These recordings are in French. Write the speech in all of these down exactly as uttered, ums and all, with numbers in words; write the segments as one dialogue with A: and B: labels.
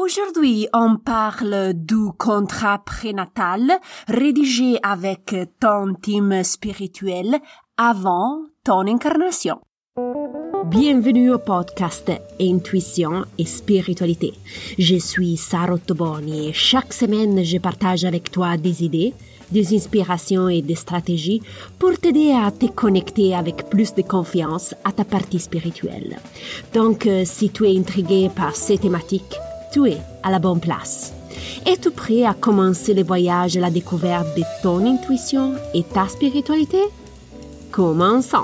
A: Aujourd'hui, on parle du contrat prénatal rédigé avec ton team spirituel avant ton incarnation. Bienvenue au podcast Intuition et Spiritualité. Je suis Sarah Ottoboni et chaque semaine, je partage avec toi des idées, des inspirations et des stratégies pour t'aider à te connecter avec plus de confiance à ta partie spirituelle. Donc, si tu es intrigué par ces thématiques, tu es à la bonne place. Es-tu prêt à commencer le voyage à la découverte de ton intuition et ta spiritualité? Commençons!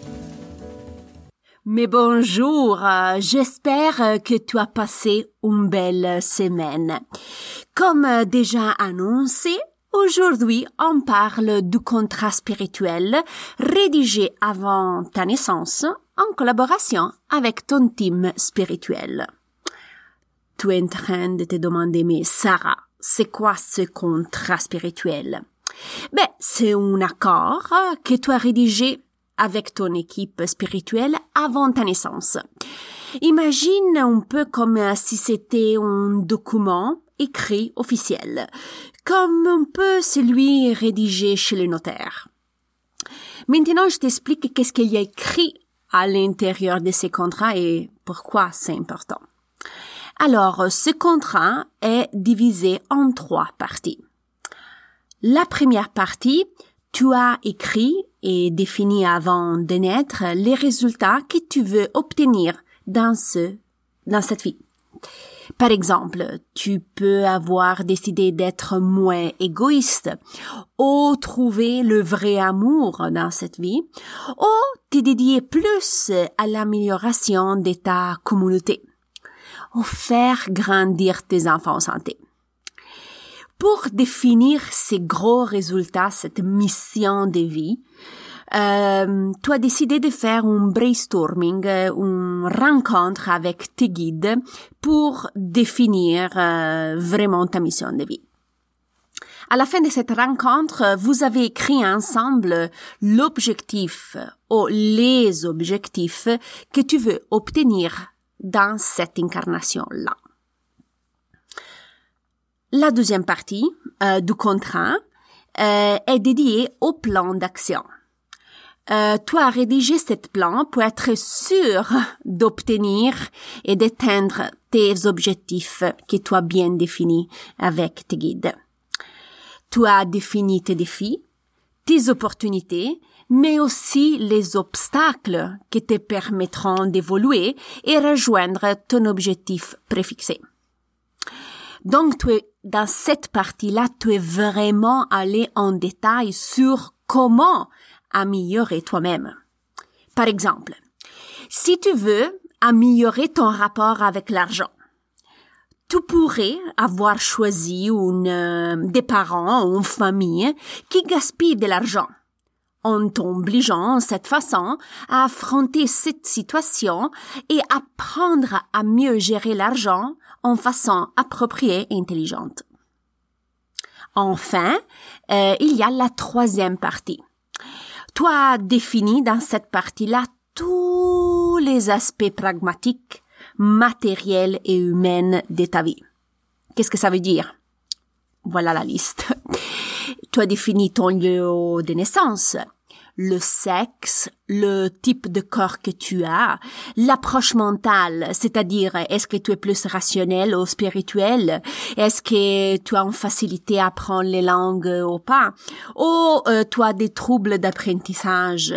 A: Mais bonjour, euh, j'espère que tu as passé une belle semaine. Comme euh, déjà annoncé, aujourd'hui on parle du contrat spirituel rédigé avant ta naissance en collaboration avec ton team spirituel. Tu es en train de te demander, mais Sarah, c'est quoi ce contrat spirituel? Ben, c'est un accord que tu as rédigé avec ton équipe spirituelle avant ta naissance. Imagine un peu comme si c'était un document écrit officiel, comme un peu celui rédigé chez le notaire. Maintenant, je t'explique qu'est-ce qu'il y a écrit à l'intérieur de ces contrats et pourquoi c'est important. Alors, ce contrat est divisé en trois parties. La première partie, tu as écrit et défini avant de naître les résultats que tu veux obtenir dans ce, dans cette vie. Par exemple, tu peux avoir décidé d'être moins égoïste, ou trouver le vrai amour dans cette vie, ou te dédier plus à l'amélioration de ta communauté, ou faire grandir tes enfants en santé. Pour définir ces gros résultats, cette mission de vie, euh, tu as décidé de faire un brainstorming, une rencontre avec tes guides pour définir euh, vraiment ta mission de vie. À la fin de cette rencontre, vous avez écrit ensemble l'objectif ou les objectifs que tu veux obtenir dans cette incarnation-là. La deuxième partie euh, du contrat euh, est dédiée au plan d'action. Euh, tu as rédigé cet plan pour être sûr d'obtenir et d'atteindre tes objectifs que tu as bien définis avec tes guides. Tu as défini tes défis, tes opportunités, mais aussi les obstacles qui te permettront d'évoluer et rejoindre ton objectif préfixé. Donc, tu es, dans cette partie-là, tu es vraiment allé en détail sur comment améliorer toi-même. Par exemple, si tu veux améliorer ton rapport avec l'argent, tu pourrais avoir choisi une, euh, des parents ou une famille qui gaspille de l'argent, en t'obligeant cette façon à affronter cette situation et apprendre à mieux gérer l'argent en façon appropriée et intelligente. Enfin, euh, il y a la troisième partie. Tu as défini dans cette partie-là tous les aspects pragmatiques, matériels et humains de ta vie. Qu'est-ce que ça veut dire? Voilà la liste. Tu as défini ton lieu de naissance, le sexe, le type de corps que tu as, l'approche mentale, c'est-à-dire est-ce que tu es plus rationnel ou spirituel, est-ce que tu as une facilité à apprendre les langues ou pas, ou euh, tu as des troubles d'apprentissage.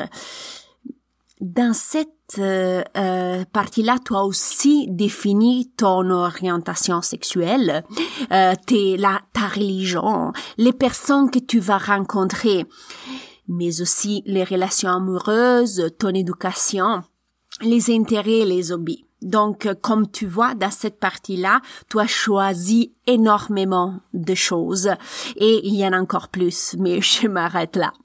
A: Dans cette euh, euh, partie-là, tu as aussi défini ton orientation sexuelle, euh, tes, la, ta religion, les personnes que tu vas rencontrer, mais aussi les relations amoureuses, ton éducation, les intérêts et les hobbies. Donc, comme tu vois, dans cette partie-là, tu as choisi énormément de choses et il y en a encore plus, mais je m'arrête là.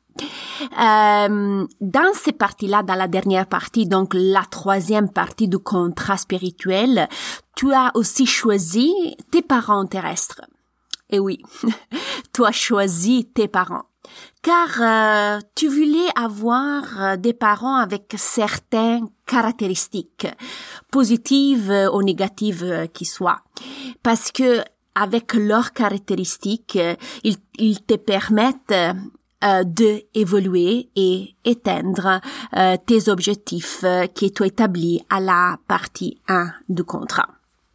A: Euh, dans ces parties-là, dans la dernière partie, donc la troisième partie du contrat spirituel, tu as aussi choisi tes parents terrestres. Et oui, tu as choisi tes parents. Car euh, tu voulais avoir euh, des parents avec certaines caractéristiques, positives ou négatives euh, qui soient. parce que avec leurs caractéristiques, ils, ils te permettent euh, de évoluer et atteindre euh, tes objectifs euh, que tu as établis à la partie un du contrat.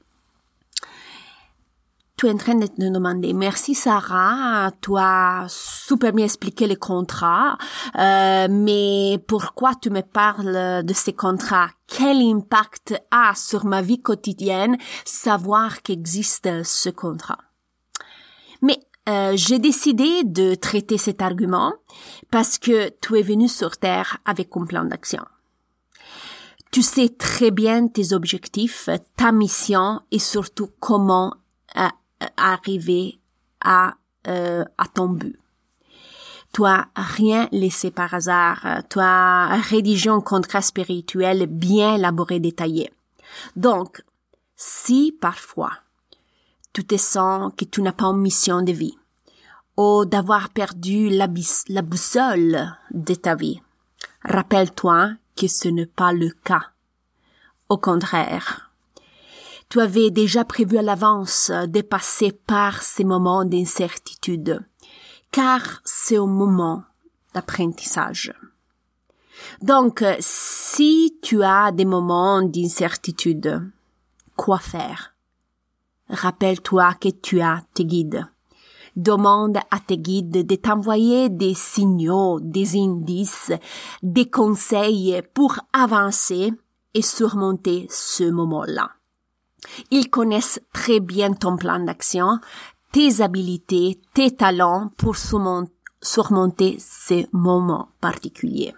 A: Tu es en train de te demander, merci Sarah, tu as super bien expliqué les contrats, euh, mais pourquoi tu me parles de ces contrats? Quel impact a sur ma vie quotidienne savoir qu'existe ce contrat? Mais euh, j'ai décidé de traiter cet argument parce que tu es venu sur Terre avec un plan d'action. Tu sais très bien tes objectifs, ta mission et surtout comment euh, arriver à, euh, à ton but. Tu as rien laissé par hasard. Tu as rédigé un contrat spirituel bien élaboré, détaillé. Donc, si parfois tu te sens que tu n'as pas une mission de vie ou d'avoir perdu la, bis- la boussole de ta vie, rappelle-toi que ce n'est pas le cas. Au contraire, tu avais déjà prévu à l'avance de passer par ces moments d'incertitude, car c'est un moment d'apprentissage. Donc, si tu as des moments d'incertitude, quoi faire? Rappelle-toi que tu as tes guides. Demande à tes guides de t'envoyer des signaux, des indices, des conseils pour avancer et surmonter ce moment-là. Ils connaissent très bien ton plan d'action, tes habiletés, tes talents pour surmonter ces moments particuliers.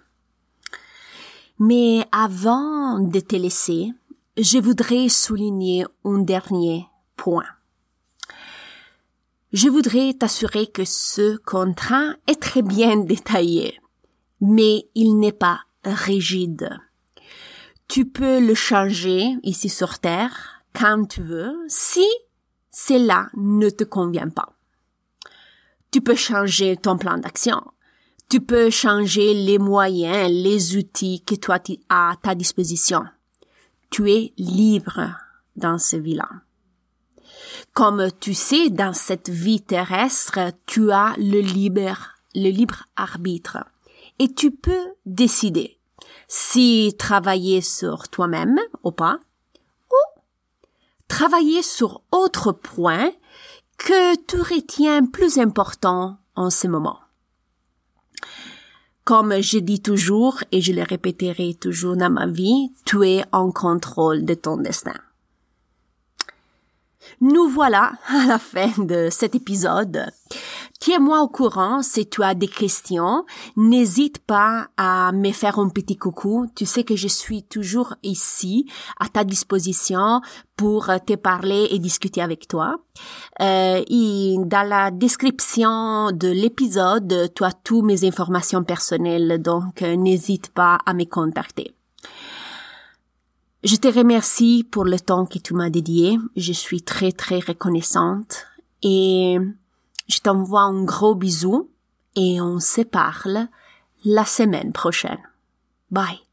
A: Mais avant de te laisser, je voudrais souligner un dernier point. Je voudrais t'assurer que ce contrat est très bien détaillé, mais il n'est pas rigide. Tu peux le changer ici sur Terre quand tu veux, si cela ne te convient pas. Tu peux changer ton plan d'action. Tu peux changer les moyens, les outils que tu as à ta disposition. Tu es libre dans ce vie-là. Comme tu sais, dans cette vie terrestre, tu as le libre, le libre arbitre. Et tu peux décider si travailler sur toi-même ou pas, ou travailler sur autre point que tu retiens plus important en ce moment. Comme je dis toujours, et je le répéterai toujours dans ma vie, tu es en contrôle de ton destin. Nous voilà à la fin de cet épisode. Tiens-moi au courant si tu as des questions. N'hésite pas à me faire un petit coucou. Tu sais que je suis toujours ici, à ta disposition pour te parler et discuter avec toi. Euh, et dans la description de l'épisode, tu as toutes mes informations personnelles, donc euh, n'hésite pas à me contacter. Je te remercie pour le temps que tu m'as dédié. Je suis très, très reconnaissante. Et je t'envoie un gros bisou et on se parle la semaine prochaine. Bye.